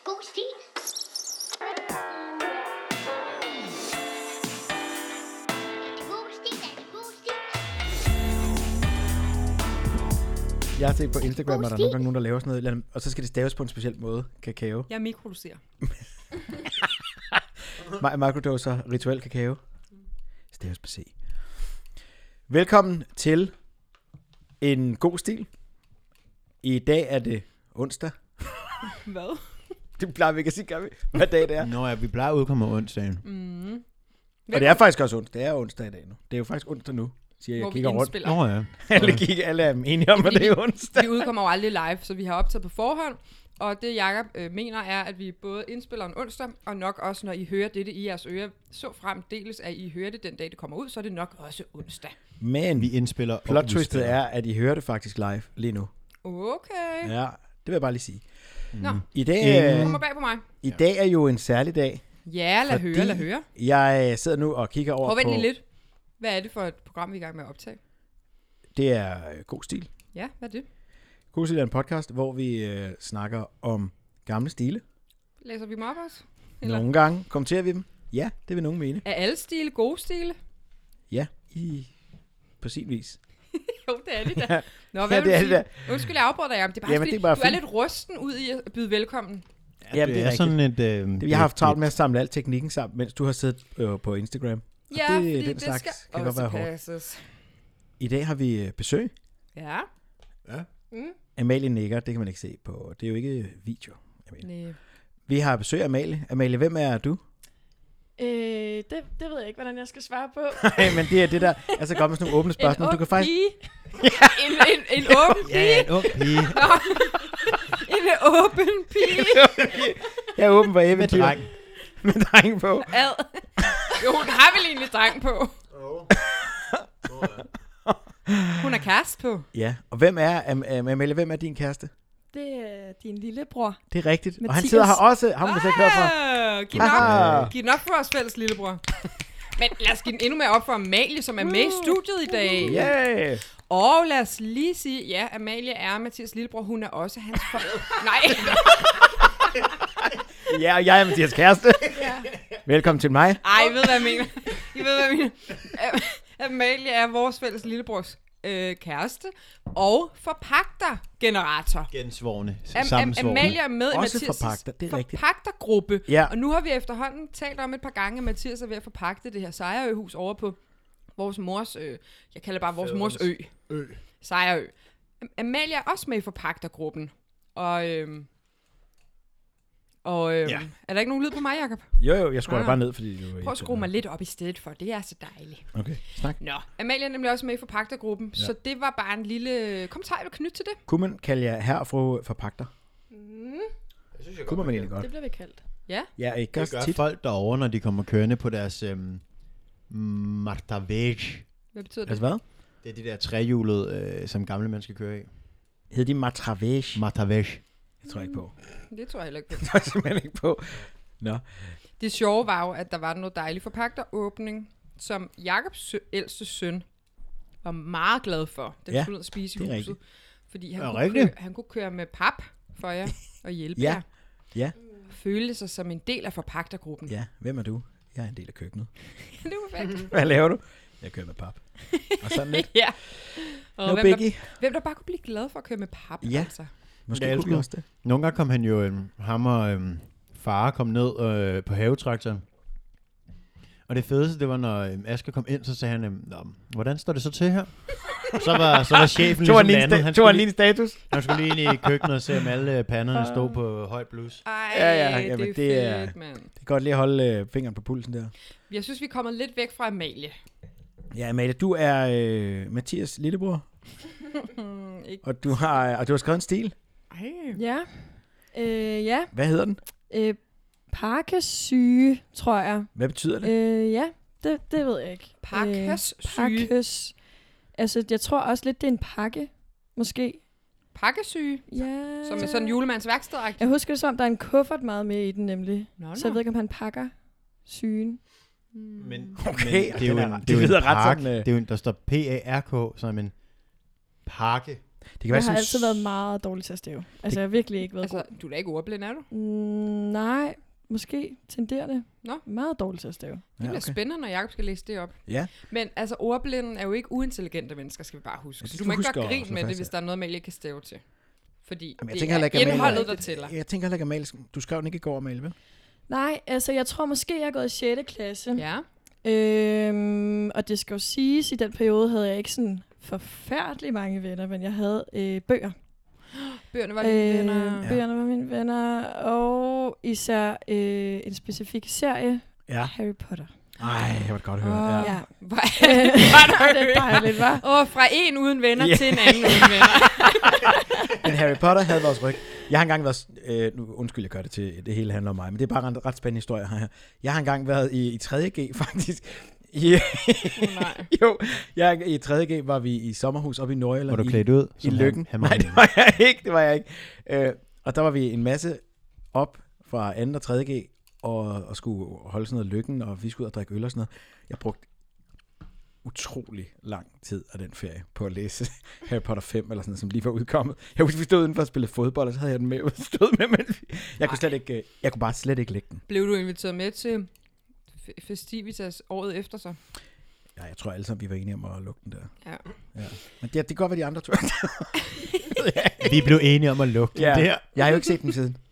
god stil. Jeg har set på Instagram, at der er nogle gange nogen, der laver sådan noget, og så skal det staves på en speciel måde. Kakao. Jeg mikrodoserer. Microdoser rituel kakao. Staves på C. Velkommen til en god stil. I dag er det onsdag. Hvad? Det plejer vi ikke at sige, hvad dag det er. Nå ja, vi plejer at udkomme onsdagen. Mm. Og det er faktisk også onsdag. Det er onsdag i dag nu. Det er jo faktisk onsdag nu, siger jeg. Hvor Jeg kigger rundt. Nå ja. Alle er enige om, at det er onsdag. Vi udkommer jo aldrig live, så vi har optaget på forhånd. Og det Jakob mener er, at vi både indspiller en onsdag, og nok også, når I hører dette i jeres ører, så fremdeles, at I hører det den dag, det kommer ud, så er det nok også onsdag. Men Vi indspiller plot twistet er, at I hører det faktisk live lige nu. Okay. Ja, det vil jeg bare lige sige. Nå, I dag, det kommer bag på mig. i dag er jo en særlig dag. Ja, lad høre. Jeg sidder nu og kigger over Prøv på... vent lige lidt. Hvad er det for et program, vi er i gang med at optage? Det er God Stil. Ja, hvad er det? God Stil er en podcast, hvor vi snakker om gamle stile. Læser vi dem op også? Nogle gange kommenterer vi dem. Ja, det vil nogen mene. Er alle stile gode stile? Ja, på sin vis. Jo, det er det da. Nå, hvad Ja, vil det du er sige? det Undskyld, jeg afbryder dig, Jacob. Det er bare, Jamen, fordi, det er bare du er fint. lidt rusten ud i at byde velkommen. Ja, det er sådan et... Jeg har haft travlt med at samle al teknikken sammen, mens du har siddet på Instagram. Og Ja, fordi den det slags skal kan godt være hårdt. passes. I dag har vi besøg. Ja. Ja. Amalie nikker, det kan man ikke se på. Det er jo ikke video. Nej. Vi har besøg af Amalie. Amalie, hvem er du? Det ved jeg ikke, hvordan jeg skal svare på. Nej, men det er det der, altså kommet sådan nogle åbne spørgsmål. En Du kan faktisk... en åben pige. Ja, en ung pige. En åben pige. Jeg er åben for Med eventyr. dreng. Med dreng på. Ad. Jo, hun har vel egentlig dreng på. Hun er kæreste på. Ja, og hvem er, Amalie, hvem er din kæreste? Det er din lillebror. Det er rigtigt. Og han Mathias. sidder her også. Ham vil jeg køre fra. Giv den op for vores fælles lillebror. Men lad os give den endnu mere op for Amalie, som er med i studiet i dag. Yeah. Og lad os lige sige, ja, Amalie er Mathias lillebror. hun er også hans Nej. Ja, og jeg er Mathias kæreste. Ja. Velkommen til mig. Ej, I ved, hvad jeg mener. Amalie er vores fælles lillebrors kæreste og forpagtergenerator. Gensvorne. Sammensvorne. Amalie er med Også i Mathias' forpagter, det er rigtigt. forpagtergruppe. Ja. Og nu har vi efterhånden talt om et par gange, at Mathias er ved at forpagte det her Sejrø-hus over på vores mors, jeg kalder bare vores mors ø. Sejrø. Amalie er også med i forpagtergruppen. Og Ja. er der ikke nogen lyd på mig, Jacob? Jo, jeg skruer bare ned, fordi du... Prøv at skrue mig lidt op i stedet for, det er så dejligt. Okay, snak. Nå, Amalie er nemlig også med i forpagtergruppen, så det var bare en lille kommentar, jeg vil knytte til det. Kunne man kalde jer her fru forpagter? Kunne man egentlig godt. Det bliver vi kaldt. Ja. Ja, ikke Det også gør tit. folk derovre, når de kommer kørende på deres Martavæg. Hvad betyder det? Altså hvad? Det er de der trehjulede, som gamle mennesker kører i. Hed de Matravage? Martavæg. Jeg tror ikke på. Det tror jeg heller ikke på. Det tror jeg simpelthen ikke på. Nå. Det sjove var jo, at der var noget dejligt forpagteråbning, som Jakobs ældste søn var meget glad for, da vi Ja, skulle ud og spise i det er huset. rigtigt. Fordi han kunne køre med pap for jer og hjælpe Ja. jer. Ja. Føle sig som en del af forpagtergruppen. Ja, hvem er du? Jeg er en del af køkkenet. Det var perfekt. Hvad laver du? Jeg kører med pap. Og sådan lidt. Ja. Og No hvem, biggie. hvem der bare kunne blive glad for at køre med pap. Ja. Altså. Måske Jeg kunne vi elsker. også det. Nogle gange kom han jo, ham og far kom ned på havetraktoren. Og det fedeste, det var, når Asger kom ind, så sagde han, hvordan står det så til her? Så var chefen ligesom landet. Han Tog han lige skulle, en status? han skulle lige ind i køkkenet og se, om alle panderne stod på højt blus. Ej, Ja, det jamen, er det er- fedt, mand. Det er godt lige at holde fingeren på pulsen der. Jeg synes, vi er kommet lidt væk fra Amalie. Ja, Amalie, du er Mathias lillebror, Ikke? og du har skrevet en stil. Ej. Ja. Ja. Hvad hedder den? Parkesyge, tror jeg. Hvad betyder det? Ja, det ved jeg ikke. Parkessyge. Parkes. Altså, jeg tror også lidt, det er en pakke, måske. Pakkesyge. Ja. Som er sådan en julemands værksted. Jeg husker det som, der er en kuffert meget med i den, nemlig. Nå. Så jeg ved ikke, om han pakker sygen. Men, Okay, men det er jo den en, er- det er jo det lyder en ret park. sådan, Det er jo, der står PARK, som en pakke. Det kan Jeg være har sådan, altid været meget dårlig til at stave. Altså, jeg har virkelig ikke været Altså, du er da ikke ordblind, er du? nej, måske tenderende. Nå. Meget dårlig til at stave. Det bliver spændende, når Jacob skal læse det op. Ja. Men altså, ordblinden er jo ikke uintelligente mennesker, skal vi bare huske. Ja, Så det du skal må vi ikke huske gøre at grin slå med det, fast, hvis ja. der er noget, Amalie ikke kan stave til. Fordi Jamen, jeg det tænker heller er ikke, Amalie- indholdet, der tæller. Jeg tænker heller ikke, Amalie, du skrev den ikke i går, Amalie, vel? Nej, altså, jeg tror måske, jeg er gået i 6. klasse. Ja. Og det skal jo siges, i den periode havde jeg ikke sådan forfærdelig mange venner, men jeg havde bøger. Bøgerne var dine venner. Bøgerne var mine venner, og især en specifik serie, Ja. Harry Potter. Ej, jeg vil godt høre. Ja. Ja. Hvor er det Det er dejligt, hva'? fra en uden venner Ja. til en anden uden venner. Men Harry Potter havde vores ryg. Jeg har engang været... nu, undskyld, jeg gør det til, det hele handler om mig, men det er bare en ret spændende historie her. Jeg har engang været i 3.G, faktisk. Nej. Jo, i 3.G var vi i sommerhus oppe i Nordjylland. Var du klædt ud? I Løkken. Han Nej, det var jeg ikke. Og der var vi en masse op fra 2. og 3.G, og skulle holde sådan noget Løkken, og vi skulle ud og drikke øl og sådan noget. Jeg brugte utrolig lang tid af den ferie på at læse Harry Potter 5, eller sådan, som lige var udkommet. Jeg husker, vi stod udenfor og spillede fodbold, og så havde jeg den med ud. Stod med, men jeg kunne bare slet ikke lægge den. Blev du inviteret med til Festivitas året efter så? Ja, jeg tror alle sammen, vi var enige om at lukke den der. Ja. Men det kan godt være, de andre to. Vi blev enige om at lukke den der. Jeg har jo ikke set den siden.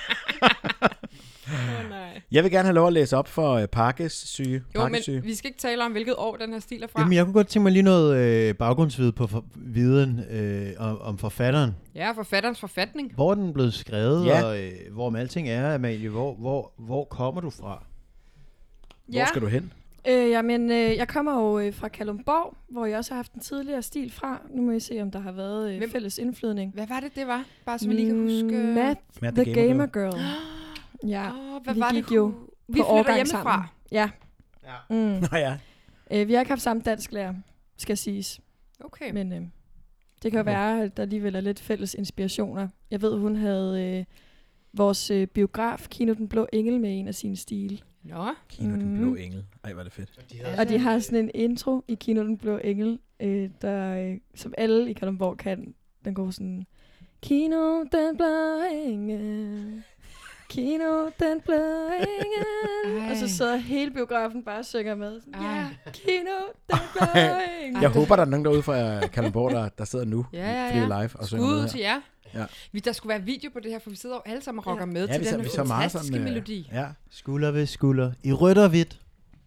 Nej. Jeg vil gerne have lov at læse op for pakkesyge. Jo, men vi skal ikke tale om, hvilket år den her stil er fra. Jamen, jeg kunne godt tænke mig lige noget baggrundsviden på viden om forfatteren. Ja, forfatterens forfatning. Hvor er den blevet skrevet, Ja. og hvor med alting er, Amalie? Hvor kommer du fra? Hvor skal du hen? Jeg kommer jo fra Kalundborg, hvor jeg også har haft en tidligere stil fra. Nu må I se, om der har været fælles indflydning. Hvad var det var? Bare så vi lige kan huske. Matt the Gamer Girl. Ja, hvad vi var gik det? jo Vi på flytter årgang hjemmefra. sammen. Ja. Mm. Nå ja. Vi har ikke haft samme dansklærer, skal siges. Okay. Men det kan jo være, at der alligevel er lidt fælles inspirationer. Jeg ved, hun havde vores biograf, Kino Den Blå Engel, med en af sine stile. Nå. Kino Den Blå Engel. Ej, var det fedt. Og de har sådan en intro i Kino Den Blå Engel, som alle i Kalundborg kan. Den går sådan: Kino Den Blå Engel, Kino Den Blå Engel. Og så sidder hele biografen bare og synger med. Sådan, ja, Kino Den Blå Engel. Jeg håber, der er nogen derude fra Kalundborg, der sidder nu. Ja. Fordi vi er live og synger med Skud her. til jer. Ja. Der skulle være video på det her, for vi sidder jo alle sammen og rocker med Ja, til vi den så her meget fantastiske sådan, melodi. Ja. Skulder ved skulder. I rødt og hvidt.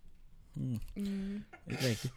Ikke rigtigt.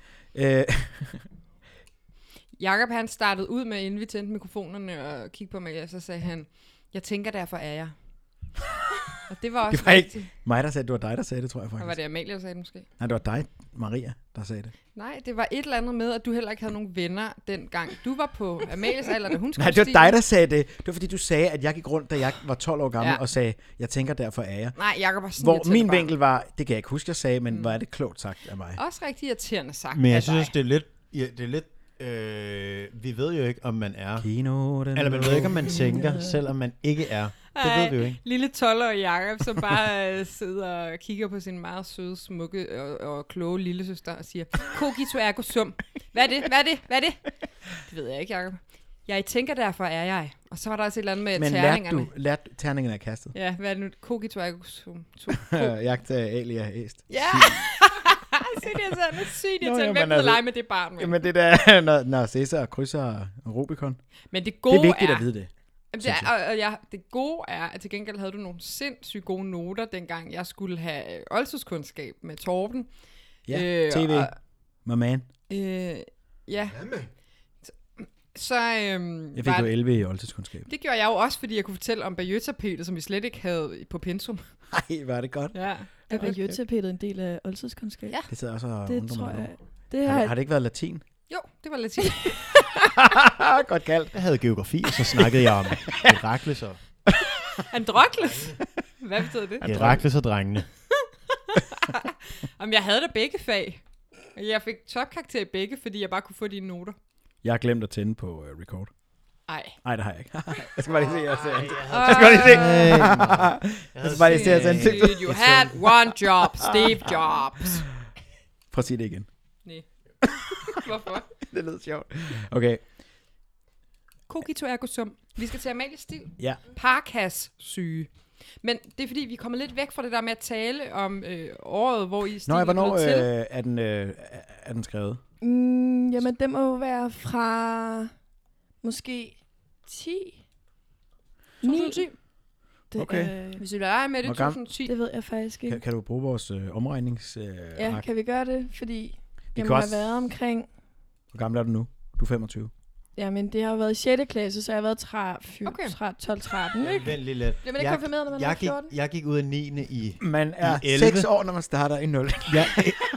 Jakob han startede ud med, inden vi tændte mikrofonerne og kiggede på mig, og så sagde han, jeg tænker, derfor er jeg. Og det var også Det var ikke rigtigt. mig, der sagde det. Det var dig, der sagde det, tror jeg Og faktisk. var det Amalie, der sagde det måske? Nej, det var dig, Maria, der sagde det. Nej, det var et eller andet med, at du heller ikke havde nogen venner dengang. Du var på Amalies alder, da hun skulle Nej, det var dig, der sagde det. Det var fordi, du sagde, at jeg gik rundt, da jeg var 12 år gammel, og sagde, jeg tænker, derfor er jeg. Nej, Jakob var sådan Hvor min vinkel var, det kan jeg ikke huske, jeg sagde, men hvor er det klogt sagt af mig. også rigtig irriterende sagt. Men af jeg synes, dig. det er lidt... vi ved jo ikke, om man er... Kino, den Eller man ved ikke, om man tænker, selvom man ikke er. Det ved vi jo ikke. Lille 12-årig Jakob, som bare sidder og kigger på sin meget søde, smukke og kloge lillesøster og siger, Kogito ergo sum. Hvad er det? Det ved jeg ikke, Jakob. Jeg tænker, derfor er jeg. Og så var der også et eller andet med men terningerne. lærte terningerne er kastet? Ja, hvad er det nu? Kogito ergo sum. Jagt af Alia Æst. Ja! Sygt irriterende. Sygt Nå, irriterende. jamen, Hvem vil altså- lege med det barn? Jamen det der, når Cæsar krydser Rubicon. Men det Det gode er vigtigt at vide det. det gode er, at til gengæld havde du nogle sindssygt gode noter, dengang jeg skulle have oldtidskundskab med Torben. Ja, TV. My man. Ja. Så Jeg fik jo 11 i oldtidskundskab. det gjorde jeg jo også, fordi jeg kunne fortælle om Bayeux-tapetet, som vi slet ikke havde på pensum. Ej, var det godt. Ja. Er Bayeux-tapetet en del af oldtidskundskab? Ja. Det sidder også og Det undrer tror mig jeg. over. Det Har det ikke været latin? Jo, det var latin. Godt kaldt. Jeg havde geografi, og så snakkede jeg om Herakles og, Androkles. Hvad betød det? Herakles og drengene. Om jeg havde da begge fag. Jeg fik topkarakter i begge, fordi jeg bare kunne få dine noter. Jeg har glemt at tænde på record. Ej. Nej, det har jeg ikke. Jeg skal bare lige se jeres ansigt. Jeg skal bare lige se. Jeg skal bare lige se jeres ansigt. You had one job, Steve Jobs. Prøv at sige det igen. Nej. Hvorfor? Det lød sjovt. Okay. Cogito ergo sum. Vi skal til Amalie Stil. Ja. Parkas-syge. Men det er fordi, vi kommer lidt væk fra det der med at tale om året, hvor I Stil Hvornår til. er den skrevet? Jamen, det må jo være fra måske 10. 2010. Det, Okay. Hvis vi lader med det i Hvor gammel- 2010. det ved jeg faktisk ikke. Kan du bruge vores omregnings... Ja, kan vi gøre det? Fordi jeg kan må have også- været omkring... Hvor gammel er du nu? Du er 25. Jamen, det har jo været i 6. klasse, så jeg har været 12-13, ikke? Vent lige lidt. Bliver man ikke konfirmeret, når man er 14? Jeg gik ud af 9. i... Man er I 11. 6 år, når man starter i 0. Ja,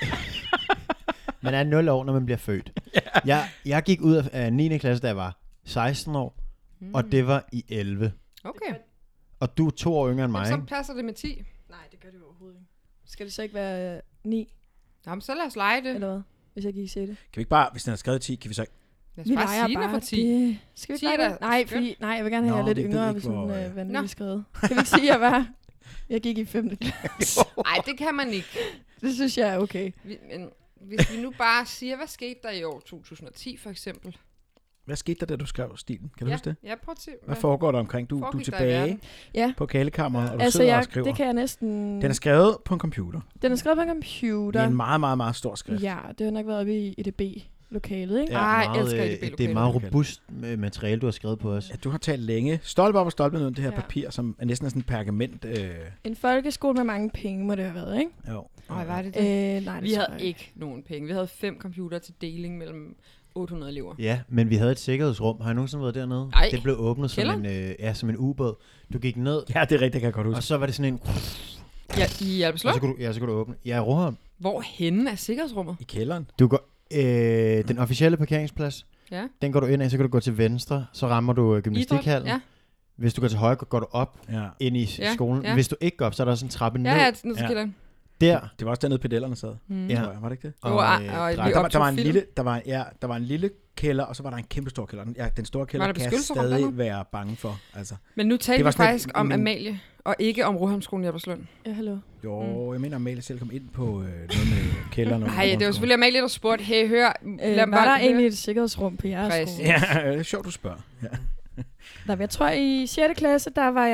man er 0 år, når man bliver født. Jeg gik ud af 9. klasse, da jeg var 16 år, og det var i 11. Okay. Og du er 2 år yngre end mig, Jamen, så ikke? passer det med 10. Nej, det gør det jo overhovedet ikke. Skal det så ikke være 9, Jamen, så lad os lege det. eller hvad? Hvis jeg gik i 6. Kan vi ikke bare, hvis den er skrevet 10, kan vi så ikke... Lad os bare sige det for 10. Det. Skal vi 10 ikke er lege da det? Nej, skønt. fordi, jeg vil gerne have Nå, jer lidt vi ved yngre, ikke, hvis hvor, hun Nå. vanvittigt skrevet. Kan vi ikke sige, at jeg gik i 5. klasse? Nej, det kan man ikke. Det synes jeg er okay. Men hvis vi nu bare siger, hvad skete der i år 2010 for eksempel? Hvad skete der, da du skrev stilen? Kan du huske det? Ja, prøv at se. Hvad foregår der omkring? Du er foregik der i tilbage verden? Ja, på kalekammeret, og du altså sidder og skriver. det kan jeg næsten... Den er skrevet på en computer. Den er skrevet på en Det computer. er en meget, meget, meget stor skrift. Ja, det har nok været oppe i EDB-lokalet, ikke? Ja, Ej, jeg meget, elsker det EDB-lokaler. er meget robust materiale, du har skrevet på os. Ja, du har talt længe. Stolpe op og stolpe ned det her Ja. papir, som er næsten sådan en pergament. En folkeskole med mange penge må det have været, ikke? Jo. Ej, var det det? Nej, det Vi tror havde jeg ikke nogen penge. Vi havde 5 computere til deling mellem 800 elever. Ja, men vi havde et sikkerhedsrum. Har I nogensinde været dernede? Ej. Det blev åbnet som Kælder? som en ubåd. Du gik ned, Ja, det er rigtigt, det kan jeg godt huske. og så var det sådan en... Ja, i Og Albertslund. så kunne du åbne. Ja, Roholm. Hvor henne er sikkerhedsrummet? I kælderen. Du går, den officielle parkeringsplads, Ja. den går du ind af, så kan du gå til venstre, så rammer du gymnastikhallen. Ja, Hvis du går til højre, går du op Ja. ind i Ja, skolen. ja. Hvis du ikke går op, så er der også en trappe ned. ja, ned til Ja. kælderen. Der. Det var også dernede, pedellerne sad. Mm. Ja. Tror jeg. Var det ikke det? Jo, og dreng- vi Der var en film. lille, der var en lille kælder, og så var der en kæmpe stor kælder. Ja, den store kælder Var der kan jeg beskyttelsesrum stadig dernede? være bange for. Altså. Men nu Det taler var vi sådan faktisk et- om men- Amalie, og ikke om Roholmskolen i Albertslund. Ja, hallo. Jo, jeg mener, Amalie selv kom ind på noget med kælderen. Nej, det var selvfølgelig Amalie, der spurgte, hey, hør. Var der egentlig et sikkerhedsrum på jeres Præcis. skole? Ja, det er sjovt, du spørger. Ja. Nej, men jeg tror, i 6. klasse, der var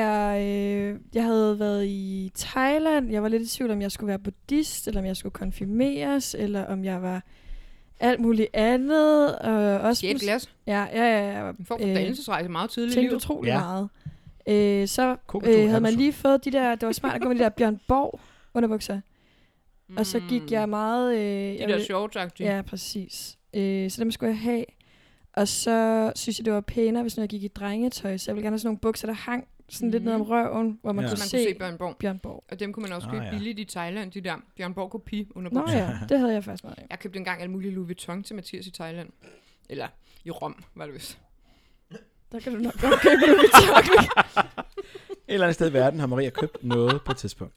jeg havde været i Thailand. Jeg var lidt i tvivl, om jeg skulle være buddhist, eller om jeg skulle konfirmeres, eller om jeg var alt muligt andet. Også 6. klasse. Ja. En form for dannelsesrejse meget tidligt i Tænkte livet. utrolig Ja. meget. Så Kokoto, er havde du man så? lige fået de der, det var smart at gå med de der Bjørn Borg underbukser. Og så gik jeg meget... De der shorts-agtige. Ja, præcis. Så dem skulle jeg have. Og så synes jeg, det var pænere, hvis jeg gik i drengetøj. Så jeg ville gerne have sådan nogle bukser, der hang sådan lidt ned om røven, hvor man Ja. kunne Så man se kunne se Bjørn Borg. Bjørn Borg. Og dem kunne man også Ah, købe ja. billigt i Thailand, de der Bjørn Borg kopi under Nå bukser. ja, det havde jeg faktisk meget af. Jeg købte engang alle mulige Louis Vuitton til Mathias i Thailand. Eller i Rom, var det vist. Der kan du nok godt købe Louis Vuitton. Et eller andet sted i verden har Maria købt noget på et tidspunkt.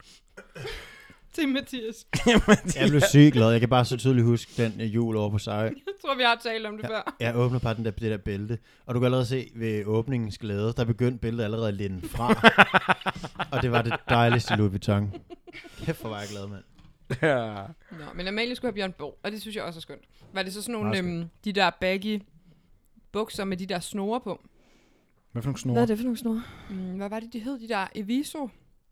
Til Mathias. Jeg blev sygt glad. Jeg kan bare så tydeligt huske den jul over på Sejr. Jeg tror, vi har talt om det før. Jeg åbner bare det der bælte, og du kan allerede se ved åbningens glæde, der begyndte bæltet allerede at linde fra. Og det var det dejligste Louis Vuitton. Kæft, hvor var jeg glad, mand. Ja. Nå, men Amalie skulle have Bjørn Borg, og det synes jeg også er skønt. Var det så sådan Meget nogle, de der baggy bukser med de der snore på? Hvad for nogle Hvad snore? er det for nogle snore? Hvad var det, de hed, de der Eviso?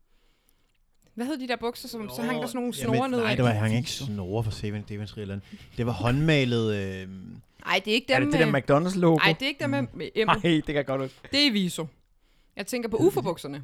Hvad hed de der bukser, som så hang der sådan nogle snore ned? Nej, det var hang ikke snore for Seven Devens Rilland. Det var håndmalet... Nej, det er ikke Er dem det det der McDonald's-logo? Nej, det er ikke dem med M. Nej, det kan jeg godt huske. Det er Eviso. Jeg tænker på UFO-bukserne.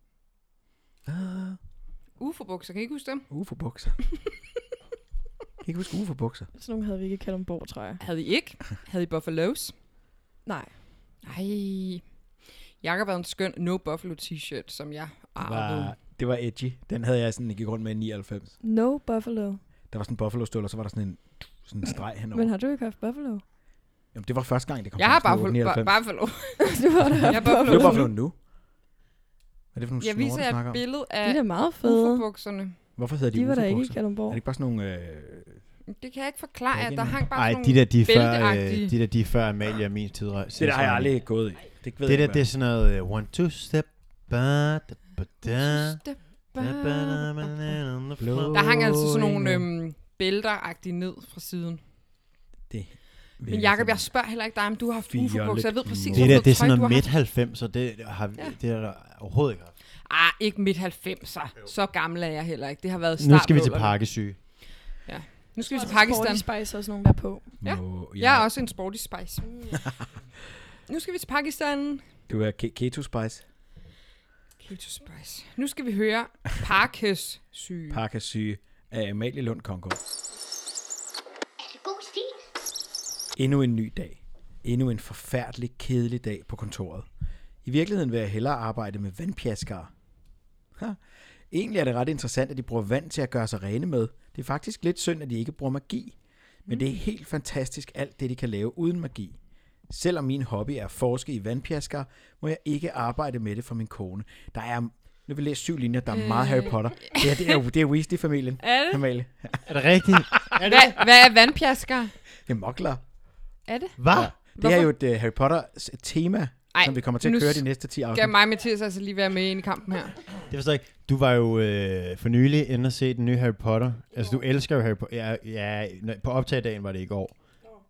UFO-bukser, kan I ikke huske dem? Ufo-bukser. Kan I ikke huske Ufo-bukser? Sådan nogle havde vi ikke i Kalundborg, tror jeg. Havde I ikke? Havde I Buffalos? Nej. Nej. Jakob havde en skøn No Buffalo t-shirt, som jeg arvede. Det var edgy. Den havde jeg sådan, gik rundt med i 99. No Buffalo. Der var sådan en buffalo-støl, og så var der sådan en streg henover. Men har du ikke haft Buffalo? Jamen, det var første gang, det kom Jeg har frem, bare sådan noget 99. Buffalo. Du har da Jeg haft har Det er Buffalo. Buffalo nu. Hvad er det for nogle Jeg snore, viser du jer snakker et om? billede De er af da meget fede. UFO-bukserne. Hvorfor hedder de De var der ikke i Ufo-bukser? Er Kalundborg. det ikke bare sådan nogle... Det kan jeg ikke forklare Det er jer. ikke Der en- hang bare Ej, sådan de nogle der, de er før, bælteagtige. de er før Amalie og min tid. Det der har jeg aldrig gået i. Det ved Det jeg der, ikke, det er sådan noget... One, two, step, ba, da, ba, da. Step Da, by. ba, da, ba, da, on the floor. Der hang altså sådan nogle bælter-agtige ned fra siden. Det. Men Jacob, jeg spørger heller ikke dig, om du har haft UFO-bukser. Jeg ved præcis, Det er hvad sådan tøj, noget du har haft. midt-90'er, det er der overhovedet ikke haft. Ikke midt-90'er. Så gammel er jeg heller ikke. Det har været Nu skal vi til startnullerne. pakkesyge. Nu skal vi til Pakistan. Sporty Spice også nogen, der er på. Ja. Jeg er også en Sporty Spice. Nu skal vi til Pakistan. Du er Keto Spice. Keto Spice. Nu skal vi høre Parkes syge. Pakkesyge af Amalie Lund Kongård. Er det god stil? Endnu en ny dag. Endnu en forfærdelig, kedelig dag på kontoret. I virkeligheden vil jeg hellere arbejde med vandpjaskere. Egentlig er det ret interessant, at de bruger vand til at gøre sig rene med. Det er faktisk lidt synd, at de ikke bruger magi. Men det er helt fantastisk alt det, de kan lave uden magi. Selvom min hobby er at forske i vandpjaskere, må jeg ikke arbejde med det for min kone. Der er, nu vil jeg læse 7 linjer, der er meget Harry Potter. Det er Weasley-familien. Er det? Amalie. Er det rigtigt? Hvad er vandpjasker? Det er mokler. Er det? Hvad? Ja. Det er jo et Harry Potter-tema, som vi kommer til at køre de næste 10 afsnit. Skal mig og Mathias altså lige være med ind i kampen her? Det forstår jeg ikke. Du var jo for nylig inde og se den nye Harry Potter. Altså, du elsker jo Harry Potter. Ja, på optagedagen var det i går.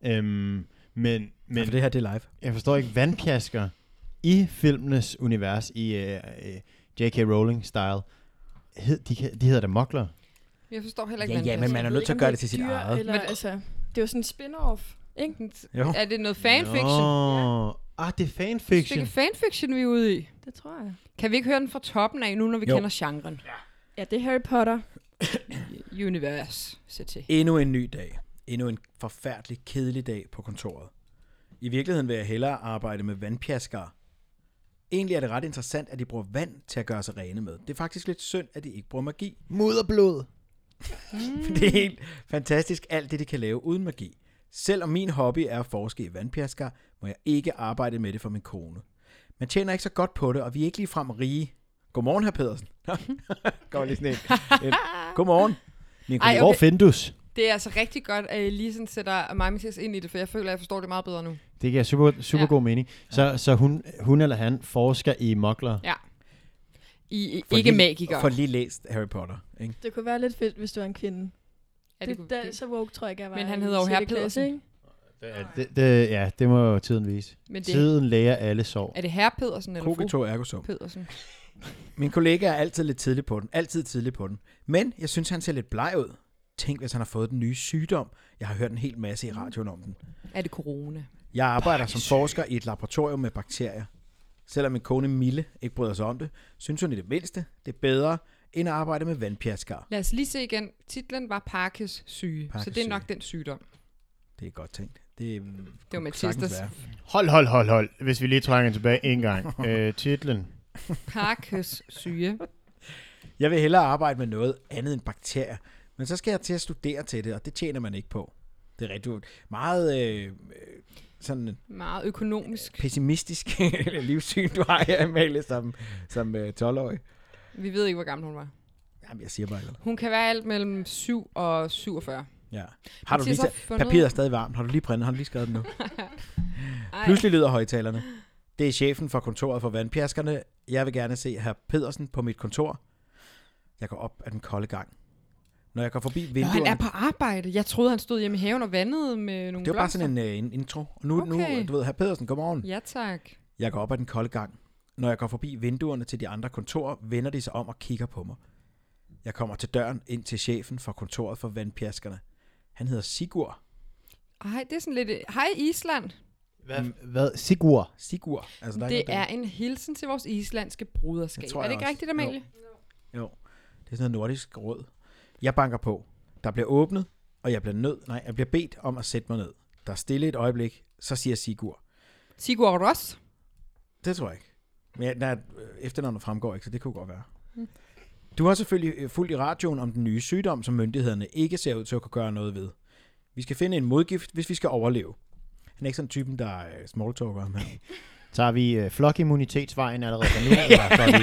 Men For det her, det er live. jeg forstår ikke, vandpjasker i filmenes univers, i J.K. Rowling-style, de hedder da mokler. Jeg forstår heller ikke Ja, vandpjasker. men man er nødt til at gøre det til sit dyr, eget. Eller, altså, det er jo sådan en spin-off, ikke? Jo. Er det noget fanfiction? Det er Det fanfiction. er fanfiction, vi er ude i. Det tror jeg. Kan vi ikke høre den fra toppen af nu, når vi kender genren? Ja, det er Harry Potter. Univers. Sæt til. Endnu en ny dag. Endnu en forfærdelig, kedelig dag på kontoret. I virkeligheden vil jeg hellere arbejde med vandpjaskere. Egentlig er det ret interessant, at de bruger vand til at gøre sig rene med. Det er faktisk lidt synd, at de ikke bruger magi. Mudderblod. Det er helt fantastisk, alt det, de kan lave uden magi. Selvom min hobby er at forske i vandpjaskere, må jeg ikke arbejde med det for min kone. Man tjener ikke så godt på det, og vi er ikke ligefrem rige. Godmorgen, hr. Pedersen. Går lige sådan en. Godmorgen. Min Ej, kollega. Hvor findes? Det er altså rigtig godt, at I lige sådan sætter mig og Mathias ind i det, for jeg føler, at jeg forstår det meget bedre nu. Det giver super god mening. Så hun eller han forsker i mokler. Ja. I For ikke lige- magikere. For lige læst Harry Potter, ikke? Det kunne være lidt fedt, hvis du er en kvinde. Ja, Så woke tror jeg ikke, jeg var. Men han i hedder jo 6. Hr. klasse, Pedersen. ikke? Det må tiden vise. Men det, Tiden læger alle sår. er det herre Pedersen eller fru Kogito ergo sum. Pedersen? Min kollega er altid lidt tidlig på den. Altid tidlig på den. Men jeg synes, han ser lidt bleg ud. Tænk, hvis han har fået den nye sygdom. Jeg har hørt en hel masse i radioen om den. Er det corona? Jeg arbejder som forsker i et laboratorium med bakterier. Selvom min kone Mille ikke bryder sig om det, synes hun i det mindste, det er bedre end at arbejde med vandpjaskere. Lad os lige se igen. Titlen var Parkes syge, Parkes så det er syge. nok den sygdom. Det er godt tænkt. Det var Mathias, der- Hold. Hvis vi lige trænger tilbage en gang. Titlen. Parkes syge. Jeg vil hellere arbejde med noget andet end bakterier. Men så skal jeg til at studere til det, og det tjener man ikke på. Det er rigtig meget sådan Meget økonomisk. pessimistisk livssyn, du har her, Amalie, som 12-årig. Vi ved ikke, hvor gammel hun var. Jamen, jeg siger bare ikke. Hun kan være alt mellem 7 og 47. Ja. Har du Mathias lige har fundet- papiret er stadig varmt. Har du lige printet? Har du lige skrevet den nu? Ej. Pludselig lyder højtalerne. Det er chefen for kontoret for vandpjaskerne. Jeg vil gerne se hr. Pedersen på mit kontor. Jeg går op ad den kolde gang. Når jeg går forbi Nå, vinduerne... han er på arbejde. Jeg troede, han stod hjemme i haven og vandede med nogle Det var bare blomster. sådan en intro. Og nu, Okay. du ved, hr. Pedersen, godmorgen. Ja, tak. Jeg går op ad den kolde gang. Når jeg går forbi vinduerne til de andre kontorer, vender de sig om og kigger på mig. Jeg kommer til døren ind til chefen for kontoret for vandpjaskerne. Han hedder Sigurd. Ej, det er sådan lidt... Hej Island. Hvad? Sigurd. Sigurd. Altså, Det er en hilsen til vores islandske broderskab. Det tror Er jeg det ikke også. rigtigt, Amalie? Jo, det er sådan noget nordisk råd. Jeg banker på. Der bliver åbnet, og jeg bliver bedt om at sætte mig ned. Der er stille et øjeblik, så siger Sigurd. Sigurd Ross. Det tror jeg ikke. Men efternavnet fremgår ikke, så det kunne godt være. Du har selvfølgelig fulgt i radioen om den nye sygdom, som myndighederne ikke ser ud til at kunne gøre noget ved. Vi skal finde en modgift, hvis vi skal overleve. Han er ikke sådan typen, der er smalltalker om her. Tager vi flokimmunitetsvejen allerede nu? Eller tager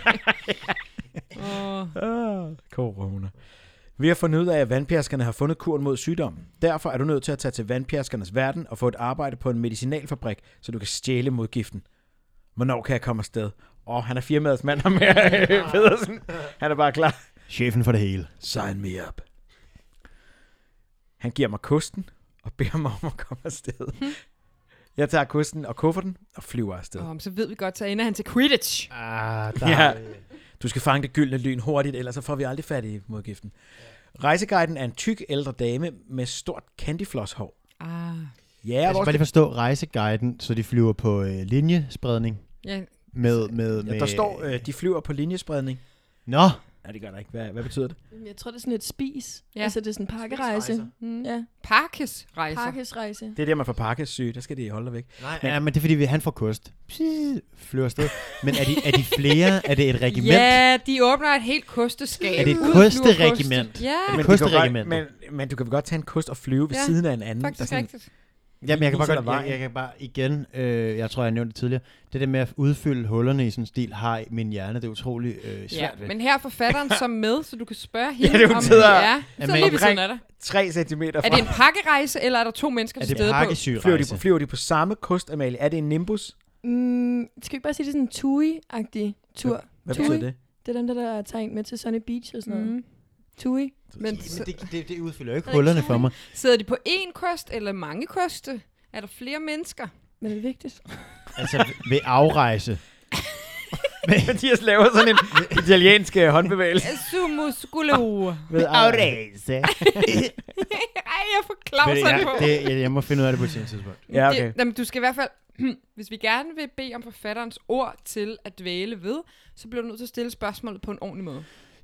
vi... Corona. Vi har fundet ud af, at vandpjaskerne har fundet kuren mod sygdommen. Derfor er du nødt til at tage til vandpjaskernes verden og få et arbejde på en medicinalfabrik, så du kan stjæle modgiften. Hvornår kan jeg komme afsted? Han er firmaets mand ham her, Pedersen. Han er bare klar. Chefen for det hele. Sign me up. Han giver mig kosten, og beder mig om at komme afsted. Jeg tager kosten og kufferten og flyver afsted. Så ved vi godt, så ender han til Quidditch. Ja. Du skal fange det gyldne lyn hurtigt, ellers så får vi aldrig fat i modgiften. Rejseguiden er en tyk ældre dame med stort candyfloss-hår. Ja, jeg skal bare lige forstå rejseguiden, så de flyver på linjespredning. Ja. Der står, de flyver på linjespredning. Nå! Ja, det gør der ikke. Hvad betyder det? Jeg tror, det er sådan et spis. Ja. Altså, det er sådan en pakkerejse. Ja. Parkesrejser. Parkesrejse. Det er der, man får pakkessyge. Der skal de holde dig væk. Men det er fordi, han får kost. Flyver afsted. Men er de flere? Er det et regiment? Ja, de åbner et helt kosteskab. Er det et kosteregiment? Ja. Men du kan godt tage en kost og flyve ved siden af en anden. Faktisk rigtigt. Jamen, jeg kan bare igen, jeg tror, jeg nævnte det tidligere, det der med at udfylde hullerne i sådan en stil, har min hjerne, det er utrolig svært ved. Men her er forfatteren så med, så du kan spørge hende, det om sidder, så lige ved siden af dig. 3 centimeter fra. Er det en pakkerejse, eller er der 2 mennesker til stede på? Flyver de på samme kost, Amalie? Er det en Nimbus? Skal vi ikke bare sige, det er sådan en TUI-agtig tur? Hvad betyder det? Det er dem, der tager en med til Sunny Beach og sådan noget. TUI. Men det udfylder jo ikke hullerne for mig. Sidder de på én kost, eller mange koste? Er der flere mennesker? Men det er vigtigt. Altså ved afrejse. Mathias laver sådan en italiensk håndbevægelse. Sumuskulo. Ved afrejse. Ej, jeg får klauser på. Jeg må finde ud af det på et tidspunkt. Ja, okay. Jamen, du skal i hvert fald, hvis vi gerne vil bede om forfatterens ord til at dvæle ved, så bliver du nødt til at stille spørgsmålet på en ordentlig måde.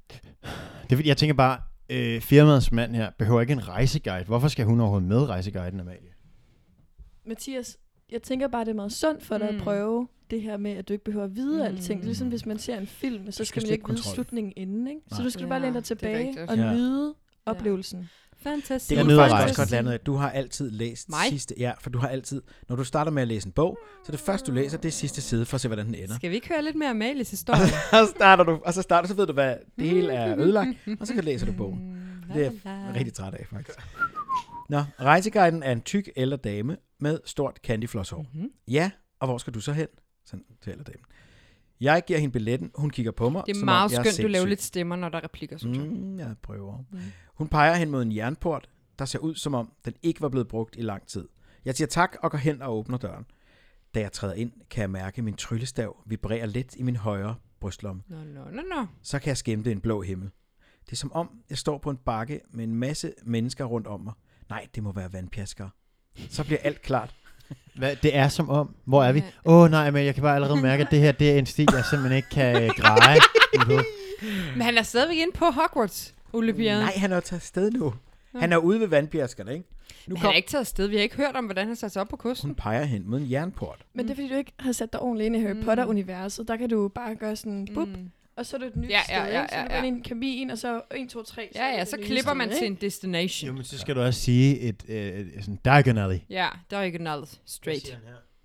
Jeg tænker bare, firmaets mand her behøver ikke en rejseguide. Hvorfor skal hun overhovedet med rejseguiden, Amalie? Mathias, jeg tænker bare, det er meget sundt for dig at prøve det her med, at du ikke behøver at vide alting. Ligesom hvis man ser en film, så skal man ikke vide slutningen inden, ikke? Så du skal bare læne dig tilbage og nyde oplevelsen. Fantastisk. Det kunne faktisk også godt lande, at du har altid læst sidste... Ja, for du har altid... Når du starter med at læse en bog, så det første, du læser, det er sidste side, for at se, hvordan den ender. Skal vi ikke høre lidt mere Amalies historie? så ved du, hvad det hele er ødelagt, og så kan læser du bogen. Det er jeg rigtig træt af, faktisk. Nå, rejseguiden er en tyk ældre dame med stort candyflosshår. Ja, og hvor skal du så hen? Sådan til ældre damen. Jeg giver hende billetten, hun kigger på mig. Det er meget skønt, du laver lidt stemmer, når der er replikker, synes jeg. Jeg prøver. Hun peger hen mod en jernport, der ser ud som om, den ikke var blevet brugt i lang tid. Jeg siger tak og går hen og åbner døren. Da jeg træder ind, kan jeg mærke, at min tryllestav vibrerer let i min højre brystlomme. Nå. Så kan jeg skimte en blå himmel. Det er som om, jeg står på en bakke med en masse mennesker rundt om mig. Nej, det må være vandpjaskere. Så bliver alt klart. Hvad, det er som om. Hvor er vi? Nej, men jeg kan bare allerede mærke, at det her det er en stil, jeg simpelthen ikke kan greje. Men han er stadigvæk inde på Hogwarts, Olympiaden. Nej, han er jo taget afsted nu. Han er ude ved vandpjaskerne, ikke? Han er ikke taget afsted. Vi har ikke hørt om, hvordan han satte sig op på kysten. Hun peger hen mod en jernport. Men det er, fordi du ikke har sat dig ordentligt ind i Harry Potter-universet. Der kan du bare gøre sådan, bup, og så er det et nyt sted, ikke? Så du går ind i en kabin, og så 1, 2, 3. Så klipper man til en destination. Jo, men så skal du også sige et sådan diagonally. Ja, diagonally. Straight.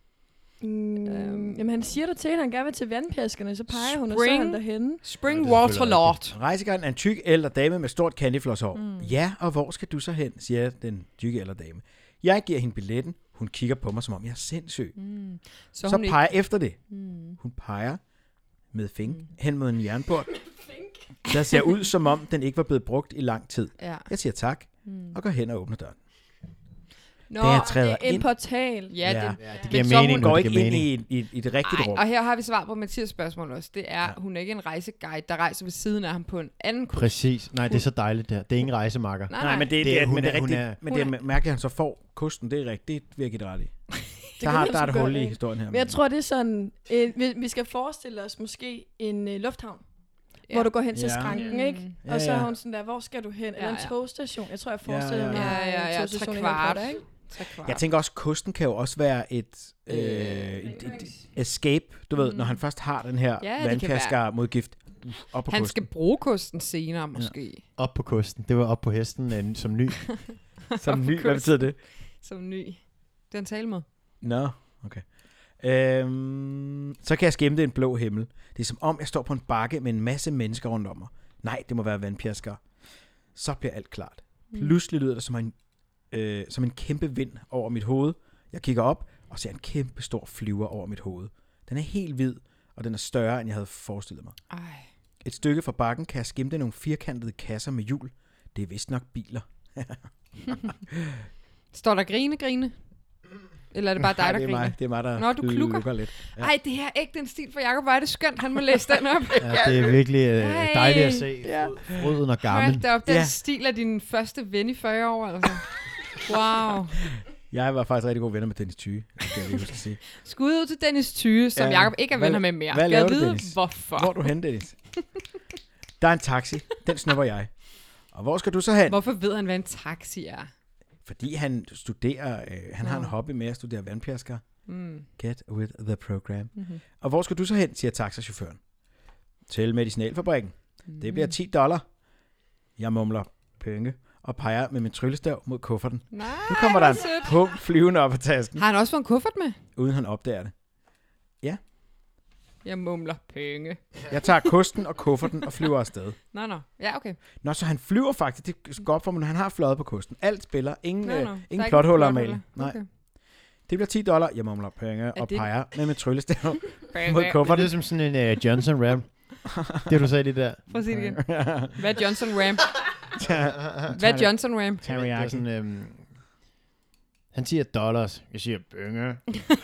Jamen han siger der til, at han gerne vil til vandpjaskerne, så peger hun, og så er han derhenne. Springwater Lord. Rejseguiden er en tyk ældre dame med stort candyflosshår. Ja, og hvor skal du så hen, siger den tykke ældre dame. Jeg giver hende billetten. Hun kigger på mig, som om jeg er sindssyg. Så peger efter det. Hun peger med fing hen mod en jernport, der ser ud, som om den ikke var blevet brugt i lang tid. Jeg siger tak, og går hen og åbner døren. Nå, da jeg træder ind. En portal. Ja, det giver mening. Hun går ikke ind i det rigtige rum. Og her har vi svar på Mathias spørgsmål også. Det er, hun er ikke en rejseguide, der rejser ved siden af ham på en anden kurs. Præcis. Nej, det er så dejligt der. Det er ingen rejsemarker. Nej, men det er mærkeligt, at han så får kosten. Det er rigtigt. Det vil jeg give det ret i. Der er det hul i historien her. Men jeg tror, det er sådan, vi skal forestille os måske en lufthavn. Hvor du går hen til skranken, ikke? Og så har hun sådan der, hvor skal du hen? Eller en togstation. Jeg tror, jeg forestiller mig en togstation i Harry Potter, ikke? Jeg tænker også, kosten kan jo også være et escape, du ved, når han først har den her vandpjasker modgift op på kosten. Han skal bruge kosten senere, måske. Op på kosten. Det var op på hesten som ny. Som ny? Hvad betyder det? Som ny. Det er en tale med. Nå, okay. Så kan jeg skimte en blå himmel. Det er som om, jeg står på en bakke med en masse mennesker rundt om mig. Nej, det må være vandpjasker. Så bliver alt klart. Pludselig lyder det som en kæmpe vind over mit hoved. Jeg kigger op og ser en kæmpe stor flyver over mit hoved. Den er helt hvid, og den er større, end jeg havde forestillet mig. Et stykke fra bakken kan jeg skimte nogle firkantede kasser med hjul. Det er vist nok biler. Står der grine? Eller er det bare dig, der det er griner? mig. Det er mig, der Nå, du klukker. lidt. Ja. Ej, det her er ikke den stil for Jacob. Hvor er det skønt, han må læse den op. Ja, det er virkelig dejligt at se. Ja. Fryden og gammel. Hold da op, den Ja. stil af din første ven i 40 år, altså. Wow. Jeg var faktisk rigtig gode venner med Dennis Thyge. Det kan jeg lige huske at sige. Skud ud til Dennis Thyge, som Ja. Jacob ikke er venner med mere. hvad Skal jeg laver du, vide, Dennis? hvorfor? Hvor er du hen, Dennis? Der er en taxi. Den snupper jeg. Og hvor skal du så hen? Hvorfor ved han, hvad en taxi er? Fordi han studerer, han har en hobby med at studere vandpjasker. Get with the program. Mm-hmm. Og hvor skal du så hen, siger taxachaufføren. Til medicinalfabrikken. Det bliver $10. Jeg mumler penge og peger med min tryllestav mod kufferten. Nej, Nu kommer der en hvor sødt. punkt flyvende op af tasken, Har han også fået en kuffert med? uden han opdager det. Jeg mumler penge. Jeg tager kosten og kufferten og flyver afsted. Nå. Ja, okay. Nå, så han flyver faktisk. Det går op for mig, når han har fløjet på kosten. Alt spiller. Ingen, Der er ingen ikke plothuller, nogen Amalie. Nej. Okay. Det bliver $10. Jeg mumler penge og det- peger med min tryllestav Penge. mod Det er kufferten. som sådan en Johnson rap. Det du sagde det der. Prøv at sige det igen. Hvad er Johnson Ram? Hvad Hvad er Johnson Ram? Det er sådan, han siger dollars. Jeg siger penge.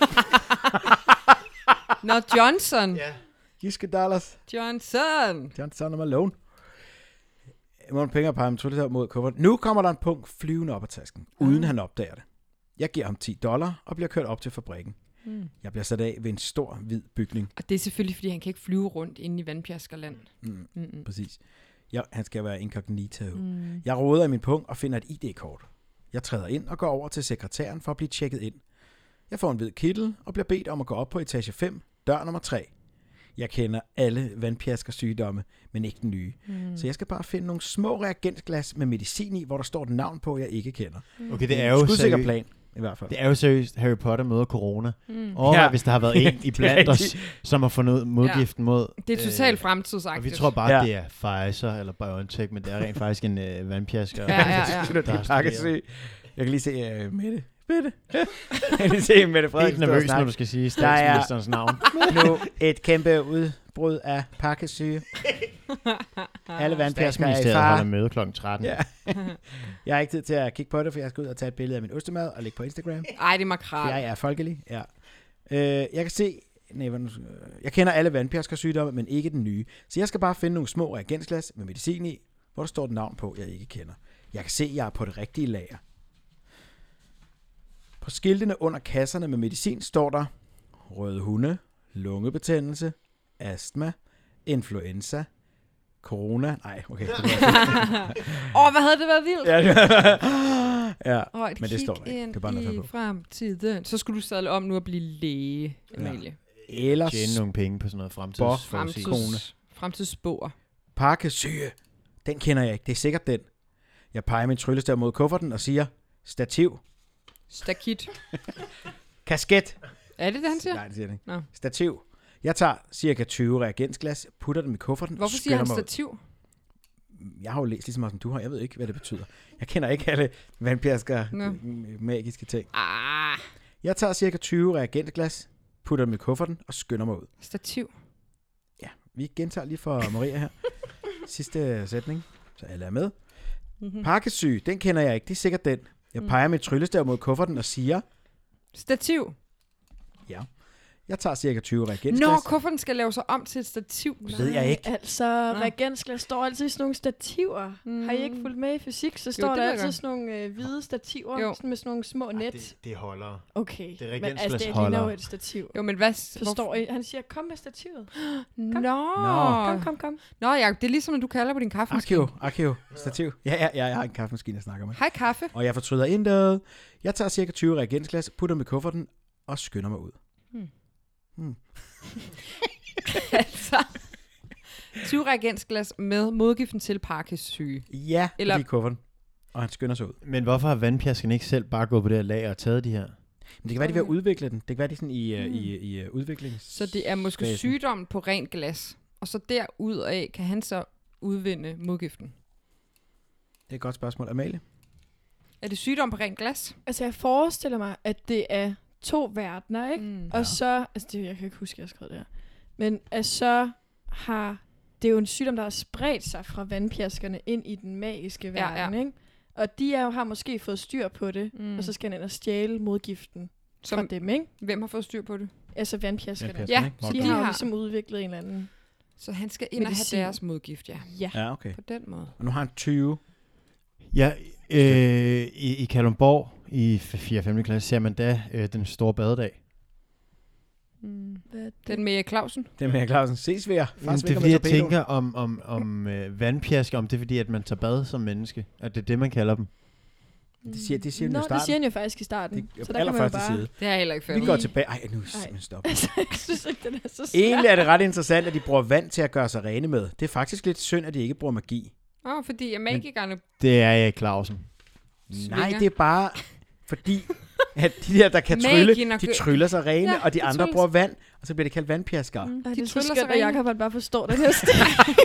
Nå, Johnson. Ja. Giske dollars. Johnson. Johnson og Malone. Jeg må penge og peger med tryllestav mod kufferten. Nu kommer der en punkt flyvende op af tasken, uden han opdager det. Jeg giver ham $10 og bliver kørt op til fabrikken. Jeg bliver sat af ved en stor, hvid bygning. Og det er selvfølgelig, fordi han kan ikke flyve rundt inde i Vandpjaskerland. Præcis. Han skal være incognito. Jeg roder i min punkt og finder et ID-kort. Jeg træder ind og går over til sekretæren for at blive tjekket ind. Jeg får en hvid kittel og bliver bedt om at gå op på etage 5, dør nummer 3. Jeg kender alle vandpjasker-sygdomme, men ikke den nye. Så jeg skal bare finde nogle små reagensglas med medicin i, hvor der står et navn på, jeg ikke kender. Okay, det er jo skudsikker plan, i hvert fald. Det er jo seriøst, Harry Potter møder corona. Ja. Hvis der har været en i blandt os, som har fundet modgiften mod... Det er totalt og fremtidsagtigt. vi tror bare, det er Pfizer eller BioNTech, men det er rent faktisk en vandpjasker. Ja. Det er pakkesyg. Jeg kan lige se Mette. Jeg kan lige se Mette Frederiksen. Helt nervøs, når du skal sige statsministerens navn. Nu et kæmpe udbrud af pakkesyge. Alle vandpjasker er i Statsministeriet fare. holder møde kl. 13. Ja. Jeg har ikke tid til at kigge på det, for jeg skal ud og tage et billede af min ostemad og lægge på Instagram. Ej, det er makrel. Jeg er folkelig, ja. Jeg kan se... jeg kender alle vandpjasker-sygdomme, men ikke den nye. Så jeg skal bare finde nogle små reagensglas med medicin i, hvor der står et navn på, jeg ikke kender. Jeg kan se, at jeg er på det rigtige lager. På skiltene under kasserne med medicin står der røde hunde, lungebetændelse, astma, influenza, corona. Nej, okay. Hvad havde det været vildt? Ja, Og et men det står der kig ikke. ind Det er bare noget, jeg i fandt på. fremtiden. Så skulle du sadle om nu at blive læge, Amalie. Ellers Tjene nogle penge på sådan noget fremtidsforudsigelse. Fremtidsspor. pakkesyge. Den kender jeg ikke. Det er sikkert den. Jeg peger min tryllestav mod kufferten og siger, stativ, Stakit. kasket. Er det det, han siger? Nej, det siger det ikke. Nå. Stativ. Jeg tager cirka 20 reagensglas, putter dem i kufferten og Hvorfor siger han skynder mig ud. stativ? Jeg har jo læst lige så meget som du har. Jeg ved ikke, hvad det betyder. Jeg kender ikke alle vandpjasker magiske ting. Jeg tager cirka 20 reagensglas, putter dem i kufferten og skynder mig ud. Stativ. Ja, vi gentager lige for Maria her. Sidste sætning, så alle er med. Pakkesyge, den kender jeg ikke. Det er sikkert den. Jeg peger mit tryllestav mod kufferten og siger, Stativ. ja. Jeg tager cirka 20 reagensglas. Nå, kufferten skal lave sig om til et stativ. Det ved jeg ikke. Altså, reagensglas står altid i sådan nogle stativer. Har I ikke fulgt med i fysik? Så står det der ved jeg altid godt. sådan nogle hvide stativer, Jo. sådan med sådan nogle små net. Det holder. Okay, Det er men altså, det reagensglasholder. ligner jo et stativ. Jo, men hvad? Forstår I? Han siger, kom med stativet. Nå. Kom. Nå, Jacob, det er ligesom, når du kalder på din kaffemaskine. Arkeo, stativ. Ja, jeg har en kaffemaskine, jeg snakker med. Hej, kaffe. Og jeg fortryder intet. Jeg tager cirka 20 reagensglas, putter dem i kufferten og skynder mig ud. Altså, 20 reagensglas med modgiften til Parkinssyge. Ja, Eller- eller i kufferten. Og han skynder sig ud. Men hvorfor har vandpjasken ikke selv bare gået på det her lager og taget de her? Men det kan være, de er ved at udvikle den. Det kan være, de er sådan i udviklings... Så det er måske fasen. sygdom på rent glas. Og så derudaf kan han så udvinde modgiften. Det er et godt spørgsmål. Amalie? Er det sygdom på rent glas? Altså, jeg forestiller mig, at det er 2 verdener, ikke? Mm. Og så, altså det, jeg kan ikke huske, at jeg har skrevet det her. Men at så har, det er jo en sygdom, der har spredt sig fra vandpjaskerne ind i den magiske verden, ikke? Og de har måske fået styr på det, og så skal han ind og stjæle modgiften fra dem, ikke? Hvem har fået styr på det? Altså vandpjaskerne. Ja, så de har jo ligesom udviklet en eller anden... Så han skal ind medicin. og have deres modgift, ja. Ja, okay. På den måde. Og nu har han 20. Ja, i Kalundborg i 4. og 5. klasse ser man da den store badedag. Den med Clausen? Den med Clausen. Ses vi jer. Det er fordi, jeg tænker om vandpjasker, om det er fordi, at man tager bad som menneske. At det er det, man kalder dem. Det siger han jo i starten. det siger han jo faktisk i starten. Det så er der kan man jo allerførste bare... side. Det har jeg heller ikke fået. Vi går tilbage. Ej, nu stop. Altså, jeg synes ikke, den er så svært. Egentlig er det ret interessant, at de bruger vand til at gøre sig rene med. Det er faktisk lidt synd, at de ikke bruger magi. Fordi magikerne... Det er Erik Clausen. Nej, det er bare fordi, at de der kan trylle, de tryller sig rene, og de andre bruger vand, og så bliver det kaldt vandpjasker. Det er så skønt, at Jacob bare forstår den her stil.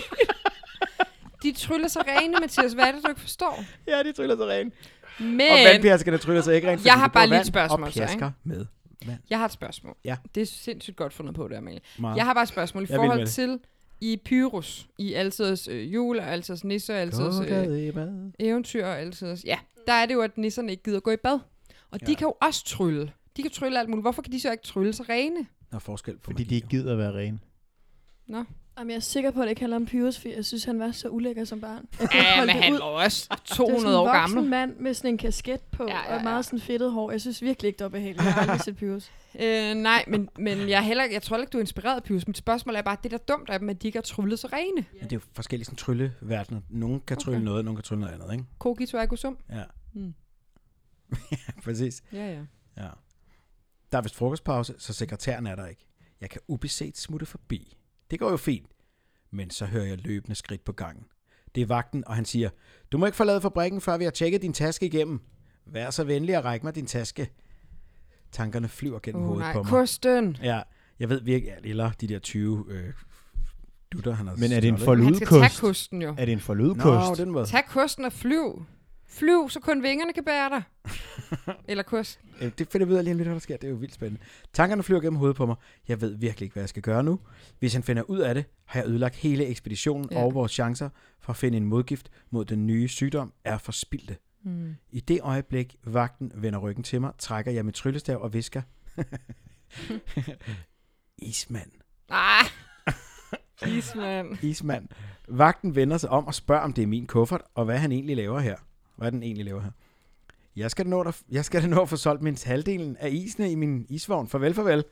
De tryller sig rene, Mathias. Hvad er det, du ikke forstår? Ja, de tryller sig rene. Men... Og vandpjaskerne tryller sig ikke rent, fordi jeg har de bare bruger lige et spørgsmål, og pjasker med vand. Jeg har et spørgsmål. Ja. Det er sindssygt godt fundet på, det Amalie. Meget. Jeg har bare et spørgsmål i forhold til i Pyrus, i Altiders jul, og Altiders nisser, Altiders eventyr, og Altiders... Ja, der er det jo, at nisserne ikke gider gå i bad. Og de kan jo også trylle. De kan trylle alt muligt. Hvorfor kan de så ikke trylle sig rene? Der er forskel på fordi de ikke gider at være rene. Nå. Jamen, jeg er sikker på, at det ikke handler om Pyrus, for jeg synes, han var så ulækker som barn. Ja, men han var også 200 år gammel. Det var sådan en voksen mand med sådan en kasket på, og meget sådan fedtet hår. Jeg synes virkelig ikke, det var behageligt. Jeg har aldrig set Pyrus. Nej, men jeg tror ikke, du er inspireret af Pyrus. Mit spørgsmål er bare, det er da dumt af dem, at de ikke har tryllet sig rene. Men det er jo forskellige sådan trylleverdener. Nogle kan trylle noget, nogle kan trylle noget andet, ikke? Kogito ergo sum. Ja. Ja, præcis. Ja. Der er vist frokostpause, så sekretæren er der ikke. Jeg kan ubeset smutte forbi. Det går jo fint. Men så hører jeg løbende skridt på gangen. Det er vagten, og han siger, du må ikke forlade fabrikken, før vi har tjekket din taske igennem. Vær så venlig at række mig din taske. Tankerne flyver gennem hovedet på mig. Kosten. Ja, jeg ved virkelig, eller de der 20 dutter, han har. Men er det en forludkost? Han skal tage kosten jo. Er det en forludkost? Nå, den måde. Tag kosten og flyv. Flyv, så kun vingerne kan bære dig. Eller kost. Det finder vi ud af lige om lidt, hvad der sker. Det er jo vildt spændende. Tankerne flyver gennem hovedet på mig. Jeg ved virkelig ikke, hvad jeg skal gøre nu. Hvis han finder ud af det, har jeg ødelagt hele ekspeditionen, og vores chancer for at finde en modgift mod den nye sygdom er forspildte. I det øjeblik, vagten vender ryggen til mig, trækker jeg mit tryllestav og visker. Ismand. Ismand. Vagten vender sig om og spørger, om det er min kuffert, og hvad han egentlig laver her. Hvad den egentlig laver her. Jeg skal da nå at få solgt mindst halvdelen af isene i min isvogn. Farvel.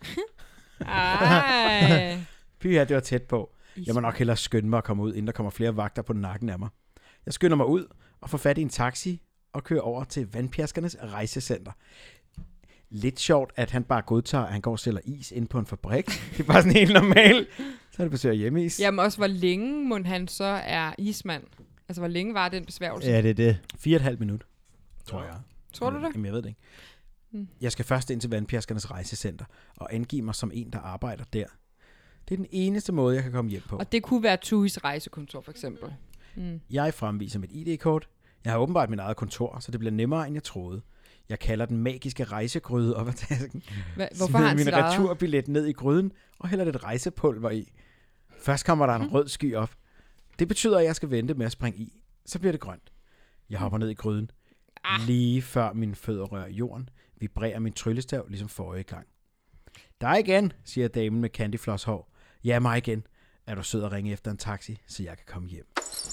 Pyha, det var tæt på. Jeg må nok hellere skynde mig at komme ud, inden der kommer flere vagter på nakken af mig. Jeg skynder mig ud og får fat i en taxi og kører over til Vandpjaskernes rejsecenter. Lidt sjovt, at han bare godtager, at han går og sælger is ind på en fabrik. Det er bare sådan helt normalt. Så er det besøger hjemmeis. Jamen også, hvor længe må han så er ismand? Altså, hvor længe var den besværgelse? Ja, det er det. 4,5 minutter, tror jeg. Tror du det? Jamen, jeg ved det ikke. Jeg skal først ind til Vandpjaskernes rejsecenter og angive mig som en, der arbejder der. Det er den eneste måde, jeg kan komme hjem på. Og det kunne være Tuis rejsekontor, for eksempel. Jeg fremviser mit ID-kort. Jeg har åbenbart mit eget kontor, så det bliver nemmere, end jeg troede. Jeg kalder den magiske rejsegryde op ad tasken. Hvorfor har han min returbillet ned i gryden og hælder lidt rejsepulver i. Først kommer der en rød sky op. Det betyder, at jeg skal vente med at springe i. Så bliver det grønt. Jeg hopper ned i gryden. Lige før mine fødder rører jorden, vibrerer min tryllestav ligesom forrige gang. Der igen, siger damen med candyfloss hår. Ja, mig igen. Er du sød at ringe efter en taxi, så jeg kan komme hjem?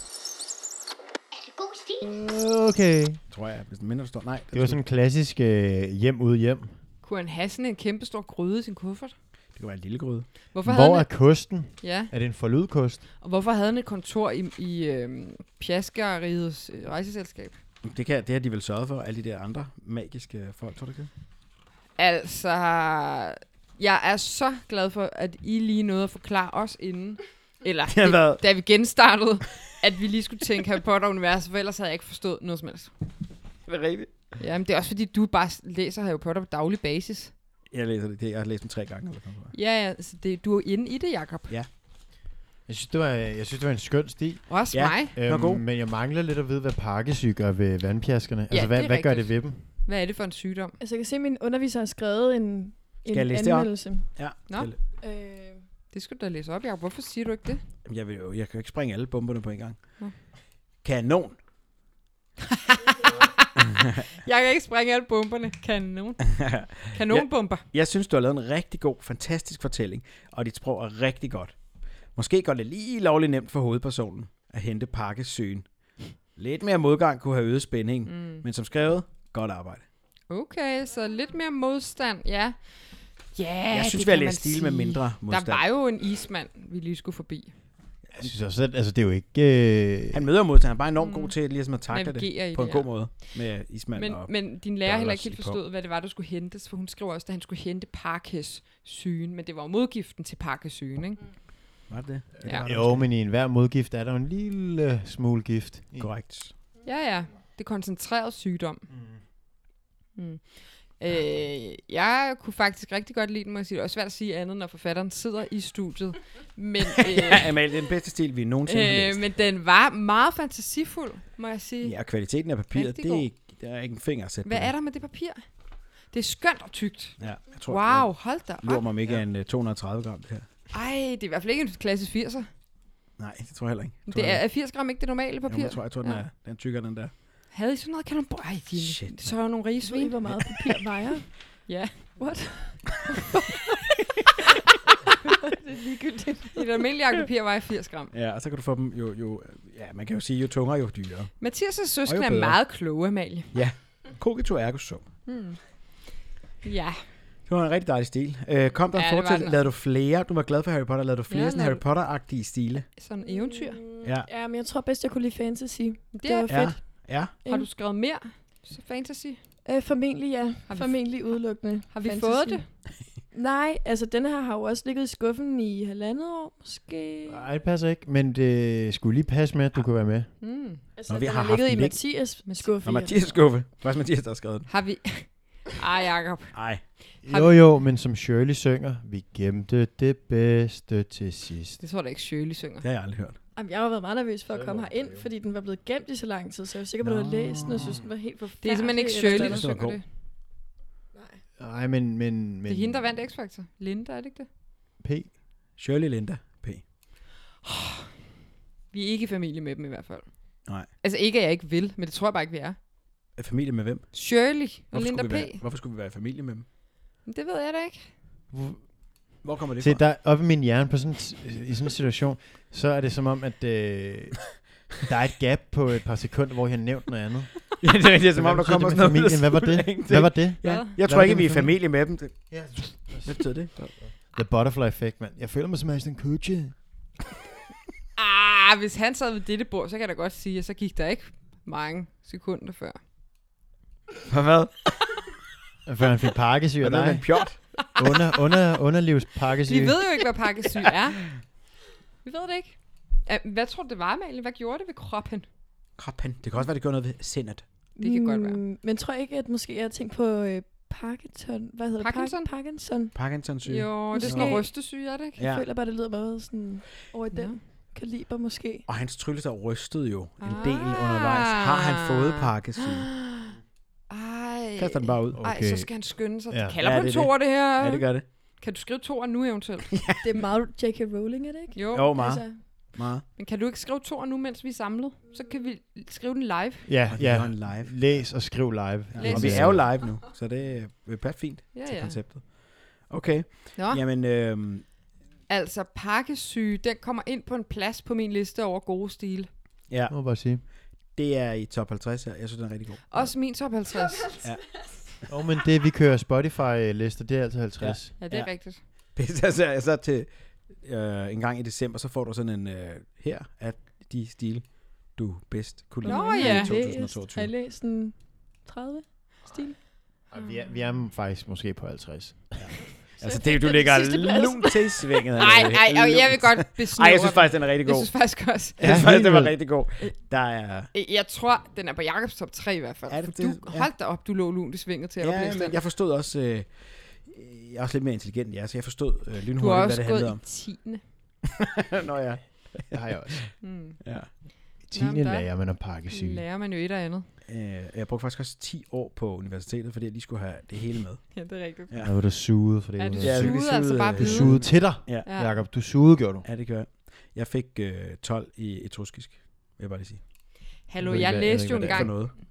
Okay. Tror jeg, hvis den minder, der står. Nej. Det var sådan en klassisk hjem ude hjem. Kunne han have sådan en kæmpe stor gryde i sin kuffert? Det kunne være en lille gryde. Hvor er kosten? Ja. Er det en forlydkost? Og hvorfor havde han et kontor i Pjaskeriets rejseselskab? Det har de vel sørget for, alle de der andre magiske folk, tror du ikke? Altså, jeg er så glad for, at I lige nåede at forklare os inden, eller da vi genstartede, at vi lige skulle tænke Harry Potter-universet, for ellers havde jeg ikke forstået noget som helst. Det er rigtigt. Jamen, det er også fordi, du bare læser Harry Potter på daglig basis. Jeg læser det. Jeg har læst dem 3 gange. Eller ja, så du er inde i det, Jacob. Ja. Jeg synes, det var en skøn stil. Også mig. Men jeg mangler lidt at vide, hvad pakkesyg gør ved vandpjaskerne. Ja, altså, hvad gør det ved dem? Hvad er det for en sygdom? Altså, jeg kan se, at min underviser har skrevet en anmeldelse. Ja. Nå. Det skulle du da læse op, Jacob. Hvorfor siger du ikke det? Jeg kan jo ikke springe alle bomberne på en gang. Kanon! Jeg kan ikke sprænge alle bomberne. Kanonbomber. Jeg synes, du har lavet en rigtig god, fantastisk fortælling, og dit sprog er rigtig godt. Måske går det lige lovligt nemt for hovedpersonen at hente pakkesygen. Lidt mere modgang kunne have øget spænding, men som skrevet, godt arbejde. Okay, så lidt mere modstand, ja. Ja, Jeg synes, det vi har kan man læst stil med sige. mindre modstand. Der var jo en ismand, vi lige skulle forbi. Jeg synes også, at altså, det er jo ikke... Han møder modstand, han er bare enormt god til ligesom at takle Navigere i det på en det, god ja. måde med ismand og... Men din lærer har heller ikke helt Dollars i forstået, hvad det var, der skulle hentes, for hun skriver også, at han skulle hente Parkes sygen, men det var jo modgiften til Parkes sygen, ikke? Var det? Ja. det var det Jo, men i enhver modgift er der jo en lille smule gift. korrekt. Ja. Det er koncentreret sygdom. Jeg kunne faktisk rigtig godt lide den, må jeg sige. Det er også svært at sige andet, når forfatteren sidder i studiet. Men, Ja, Amalie, det er den bedste stil, vi nogensinde har læst. men den var meget fantasifuld, må jeg sige. Ja, og kvaliteten af papiret, Rigtig det er god. ikke, der er ikke en finger at sætte Hvad på er det. der med det papir? Det er skønt og tykt. Ja, jeg tror, Wow, hold da Lurer op. mig om ikke er en 230 gram, det her. Ej, det er i hvert fald ikke en klassisk 80'er. Nej, det tror jeg heller ikke. Det er 80 gram ikke det normale papir? Jeg tror den er tykkere, den der. Havde I sådan noget kanonbord? Ej, Shit, så er jo nogle rige Ved I, svin. hvor meget papir vejer? Ja. What? Det er ligegyldigt. Et almindeligt papir vejer 80 gram. Ja, og så kan du få dem ja, man kan jo sige, jo tungere, jo dyrere. Mathias' Og søskende jo er bedre. meget kloge, Amalie. Cogito ergo sum. Ja. Det var en rigtig dejlig stil. Kom der Ja, en det var fortsættelse? den. Lavede du flere? Du var glad for Harry Potter. Lavede du flere Ja, sådan Harry Potter-agtige stile? Sådan en eventyr. Ja. Ja, men jeg tror bedst, jeg kunne lide fantasy. Det er, var Ja, fedt. ja. har du skrevet mere fantasy? Formentlig, ja. Har vi- Formentlig udelukkende. Har vi fantasy. fået det? Nej, altså den her har jo også ligget i skuffen i 1,5 år, måske. Nej, det passer ikke, men det skulle lige passe med, at du kunne være med. Altså, Nå, vi den har har ligget haft i den Mathias skuffe. Og Mathias skuffe. Faktisk Mathias, der har skrevet den. Har vi... Ej, Jacob. Ej. Jo, men som Shirley synger, vi gemte det bedste til sidst. Det tror jeg da ikke, Shirley synger. Det har jeg aldrig hørt. Jamen, jeg har været meget nervøs for at komme herind, fordi den var blevet gemt i så lang tid, så jeg var sikker på, at du havde læst den, og synes, den var helt forfærdelig. Det er simpelthen ikke eller Shirley, sådan der det var synger god. det. Nej, men... Det er hende, der vandt X-Factor. Linda, er det ikke det? P. Shirley Linda P. Vi er ikke i familie med dem i hvert fald. Nej. Altså ikke, at jeg ikke vil, men det tror jeg bare ikke, vi er. Er familie med hvem? Shirley og Linda P. Hvorfor skulle vi være i familie med dem? Men det ved jeg da ikke. Hvor kommer det Se, fra? der oppe i min hjerne på i sådan en situation, så er det som om, at der er et gap på et par sekunder, hvor jeg har nævnt noget andet. Ja, det er som om, der Hvad kommer betyder sådan noget. det med familien? Hvad var det? Ingenting. Hvad var det? Ja. Hvad? Jeg tror Hvad ikke, var vi er i det for familie med dem. Ja. Hvad betyder det? The butterfly effect, mand. Jeg føler mig som Ashton Kutcher. Hvis han sad ved dette bord, så kan jeg da godt sige, at så gik der ikke mange sekunder før. For hvad? Før han fik pakkesyg Er af det en dig. pjot? Underlivspakkesyg. Vi ved jo ikke, hvad pakkesyg er. Vi ved det ikke. Hvad tror du, det var, Amalie? Hvad gjorde det ved kroppen? Kroppen. Det kan også være, det gjorde noget ved sindet. Det kan godt være. Men tror jeg ikke, at måske jeg har tænkt på Parkinson. Hvad hedder Parkinson? det? Parkinson. Parkinson syge. Jo, det er sådan Måske. noget rystesyge, er det ikke? Jeg Ja. føler bare, det lyder meget sådan over i den kaliber måske. Og hans tryllestav rystede jo en del Ah. undervejs. Har han fået pakkesyge? Ej. Kaster den bare ud. Ej, Okay. så skal han skynde sig. Ja. Det kalder Ja, på en det er toer, det her. Ja, det gør det. Kan du skrive toer nu eventuelt? Det er meget J.K. Rowling, er det ikke? Jo. Jo, meget. Altså, Meget. Men kan du ikke skrive toer nu, mens vi er samlet? Så kan vi skrive den live. Ja, Og vi laver ja. en live. Læs og skriv live. Ja. Læs Og vi og er jo live nu, så det vil passe fint Ja, til ja. konceptet. Okay. Nå, Jamen, altså pakkesyge, den kommer ind på en plads på min liste over gode stile. ja, Jeg må bare sige. det er i top 50 her. Jeg synes, den er rigtig god. Også min top 50. Men det, vi kører Spotify-lister, det er altid 50. Ja, det er Ja. rigtigt. Så til en gang i december, så får du sådan en her af de stile, du bedst kunne lide Nå, i ja. 2022. Har I læst en 30 stil? Og vi er faktisk måske på 50. Altså, Så det, du den ligger sidste plads. lunt til svinget. Nej, og jeg vil godt besnævre Ej, jeg synes faktisk, den er rigtig Jeg god. synes faktisk også. Jeg synes Ja, faktisk, den var helt rigtig god. Der er... Jeg tror, den er på Jacobs top 3 i hvert fald. Er det For det? du, Ja. hold da op, du lå lunt i svinget til at Ja, oplæse men den. jeg forstod også... jeg er også lidt mere intelligent, ja, så jeg forstod Du har lynhurtigt, hvad også det gået handlede om. i 10. Nå ja. Det har jeg også. Ja. I 10. der lærer man at pakke syg. Lærer man jo et og andet. Jeg brugte faktisk også 10 år på universitetet, fordi jeg lige skulle have det hele med. Ja, det er rigtigt. Ja. Der var du suget for det. Ja, var du noget. Ja, vi sugede altså sugede, bare du Du viden. sugede til dig, Ja. Ja. Jakob. Du sugede, gjorde du. Ja, det gør jeg. Jeg fik 12 i etruskisk, vil jeg bare lige sige. Hallo, Jeg ved jeg ikke, læste hvad jo det en er For gang, noget.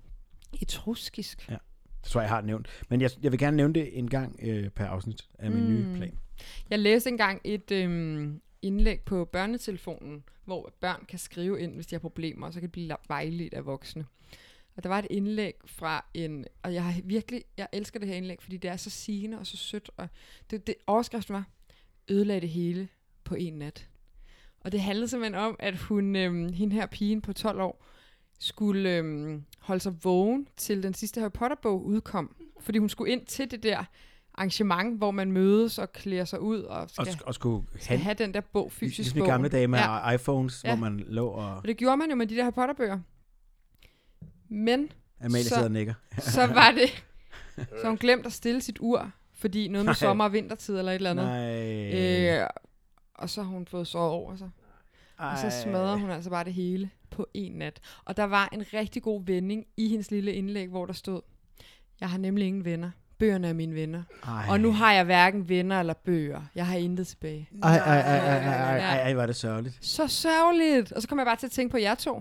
Etruskisk. Ja. Det tror jeg har nævnt. Men jeg vil gerne nævne det en gang per afsnit af min nye plan. Jeg læste engang et indlæg på børnetelefonen, hvor børn kan skrive ind, hvis de har problemer, og så kan de blive vejledt af voksne. Og der var et indlæg fra og jeg elsker det her indlæg, fordi det er så sigende og så sødt, og det overskriften var, ødelagde det hele på en nat. Og det handlede simpelthen om, at hende her pigen på 12 år, skulle holde sig vågen til den sidste Harry Potter-bog udkom. Fordi hun skulle ind til det der arrangement, hvor man mødes og klæder sig ud og skal have den der bog fysisk. Ligesom i gamle dage med iPhones, hvor man lå og det gjorde man jo med de der Harry Potter-bøger. Men Amalie sidder og nikker. så var det, så hun glemt at stille sit ur, fordi noget med sommer- og vintertid eller et eller andet. Og så har hun fået sovet over sig. Og så smadrer hun altså bare det hele på en nat. Og der var en rigtig god vending i hendes lille indlæg, hvor der stod, jeg har nemlig ingen venner. Bøgerne er mine venner. Og nu har jeg hverken venner eller bøger. Jeg har intet tilbage. Ej, var det sørgeligt. Så sørgeligt. Og så kom jeg bare til at tænke på jer to.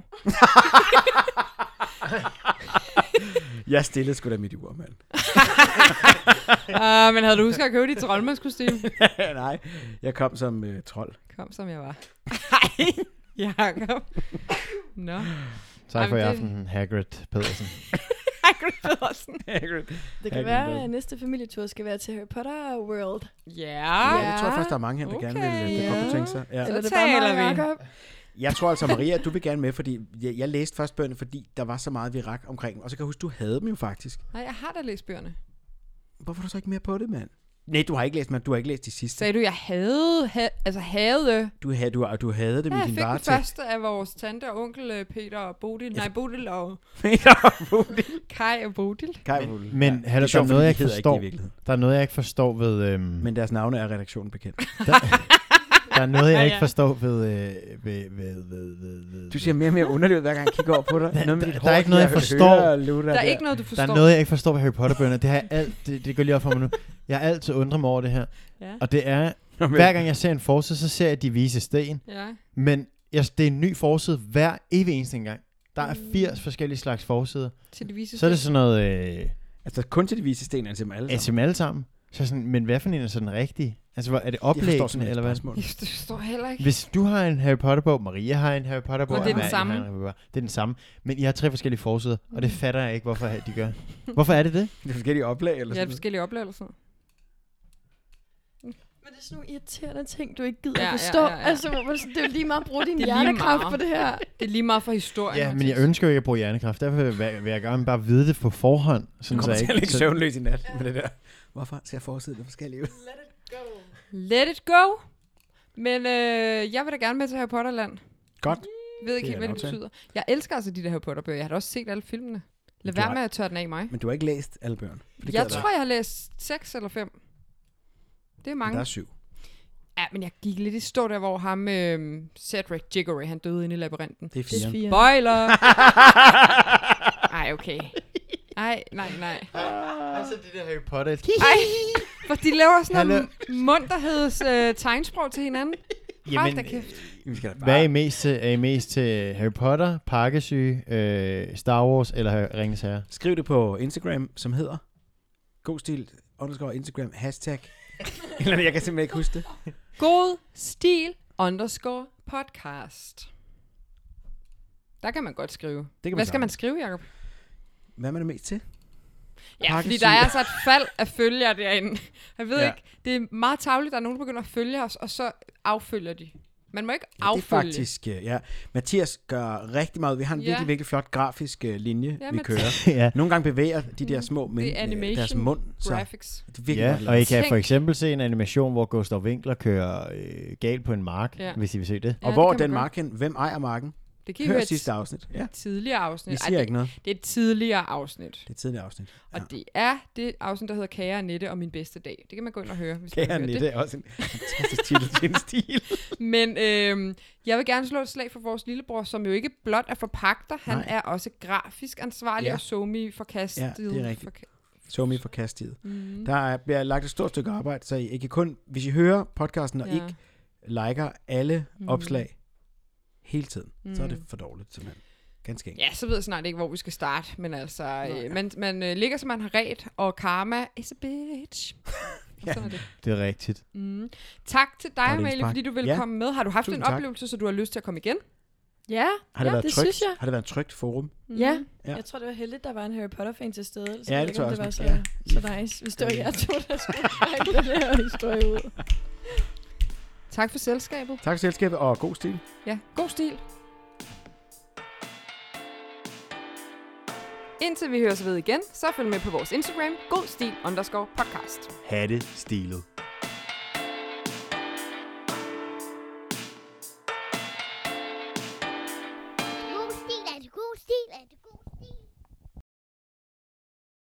Jeg stillede sgu da mit ur, mand. Men havde du husket at købe dit troldmandskostyme? Nej, jeg kom som trold. Kom som jeg var. Nej, Jacob. Nå. Tak for i aften, Hagrid Pedersen. Det kan være, at næste familietur skal være til Harry Potter World. Ja. Det tror jeg faktisk, der er mange her, der gerne vil. Det godt kunne tænke sig. Ja. Eller det bare mig, Jacob. Jeg tror altså, Maria, du vil gerne med, fordi jeg læste først bøgerne, fordi der var så meget virak omkring. Og så kan jeg huske, du havde dem jo faktisk. Nej, jeg har da læst bøgerne. Hvorfor er du så ikke mere på det, mand? Nej, du har ikke læst, men du har ikke læst de sidste. Sagde du, jeg havde? Du havde dem i din varetægt. Jeg fik den første af vores tante og onkel Peter og Bodil. Nej, Bodil og... Peter og Bodil. Kai og Bodil. Men der er noget, jeg ikke forstår. Der er noget, jeg ikke forstår ved... Men deres navne er redaktionen bekendt. Der er noget, jeg ikke forstår ved... Du siger mere og mere underligt, hver gang jeg kigger over på dig. Der er ikke noget, jeg forstår. Der er ikke noget, du forstår. Der er noget, jeg ikke forstår ved Harry Potter-bøgerne. Det har jeg det går lige op for mig nu. Jeg har altid undret mig over det her. Ja. Og det er... Hver gang jeg ser en forside, så ser jeg De Vise Sten. Ja. Men det er en ny forside hver evig eneste gang. Der er 80 forskellige slags forsider. Til De Vise Sten. Så er det sådan noget... Altså kun til De Vise Sten, altså alle sammen. Altså alle sammen. Så sådan, men hvad for en er så den rigtige? Altså, er det oplæggende, eller hvad? Det forstår heller ikke. Hvis du har en Harry Potter-bog, Maria har en Harry Potter-bog, og det er den samme. Det er den samme. Men I har 3 forskellige forsider, og det fatter jeg ikke, hvorfor de gør. Hvorfor er det det? Det er forskellige oplag, eller sådan. Ja, forskellige oplag, eller sådan. Men det er sådan nogle irriterende ting, du ikke gider forstå. Ja. Altså, det er jo lige meget at bruge din hjernekraft på det her. Det er lige meget for historien. Ja, men jeg ønsker jo ikke at bruge hjernekraft. Derfor vil jeg gerne bare vide det på forhånd. Du kommer til at ligge søvnløs i nat med det der. Hvorfor ser forsiden det forskellige ud? Let it go. Men jeg vil da gerne med til Harry Potter-land. Godt. Jeg ved ikke helt, hvad det betyder. Jeg elsker altså de der Harry Potter-bøger. Jeg har da også set alle filmene. Lad være med at tørre den af mig. Men du har ikke læst alle bøgerne? Jeg tror, jeg har læst 6 eller 5. Det er mange. Men der er 7. Ja, men jeg gik lidt i stå der, hvor ham Cedric Diggory, han døde inde i labyrinten. Det er 4. Spoiler! Ej, okay. Nej. Altså det der Harry Potter. Ej, for de laver sådan noget munterheds tegnsprog til hinanden. Hold da kæft. Hvad er I mest til Harry Potter, Pakkesyge, Star Wars eller Ringenes Herre? Skriv det på Instagram, som hedder godstil _Instagram hashtag. Eller jeg kan simpelthen ikke huske det. Godstil _podcast. Der kan man godt skrive. Hvad skal man skrive, Jacob? Hvad er man mest til? Ja, fordi der er altså et fald af følgere derinde. Jeg ved ikke, det er meget tarveligt, der er nogen, der begynder at følge os, og så affølger de. Man må ikke affølge. Det er faktisk, ja. Mathias gør rigtig meget. Vi har en virkelig flot grafisk linje, vi kører. Nogle gange bevæger de der små deres mund. Graphics. Og I kan for eksempel se en animation, hvor Gustav Winkler kører galt på en mark, hvis I vil se det. Og hvor den mark hen? Hvem ejer marken? Det kan høre sidste afsnit. Ja. Tidligere afsnit. Vi siger ikke noget. Det er et tidligere afsnit. Ja. Og det er det afsnit, der hedder Kære Annette og min bedste dag. Det kan man gå ind og høre, hvis Kære Annette er også en fantastisk titel til en stil. Men jeg vil gerne slå et slag for vores lillebror, som jo ikke blot er forpagter. Han er også grafisk ansvarlig og somi-forkastet. Ja, det er rigtigt. Somi-forkastet. Der bliver lagt et stort stykke arbejde, så I kan kun, hvis I hører podcasten og ikke liker alle opslag hele tiden, så er det for dårligt simpelthen. Ganske enkelt. Ja, så ved jeg snart ikke, hvor vi skal starte. Men altså, man ligger, som man har ret, og karma is a bitch. Ja. Sådan er det. Det er rigtigt. Tak til dig, det Amalie, indspark. fordi du ville Ja. komme med. Har du haft Tusind en tak. oplevelse, så du har lyst til at komme igen? Ja, Har det været det trygt? synes jeg. Har det været et trygt forum? Ja. Ja. Jeg tror, det var heldigt, der var en Harry Potter-fan til stede. Så Ja, jeg det ved ikke, tror om jeg det var også. så nice, hvis det var jer to, der skulle trække den her historie ud. Tak for selskabet. Tak for selskabet, og god stil. Ja, god stil. Indtil vi høres ved igen, så følg med på vores Instagram, godstil_podcast. Ha' det stilet.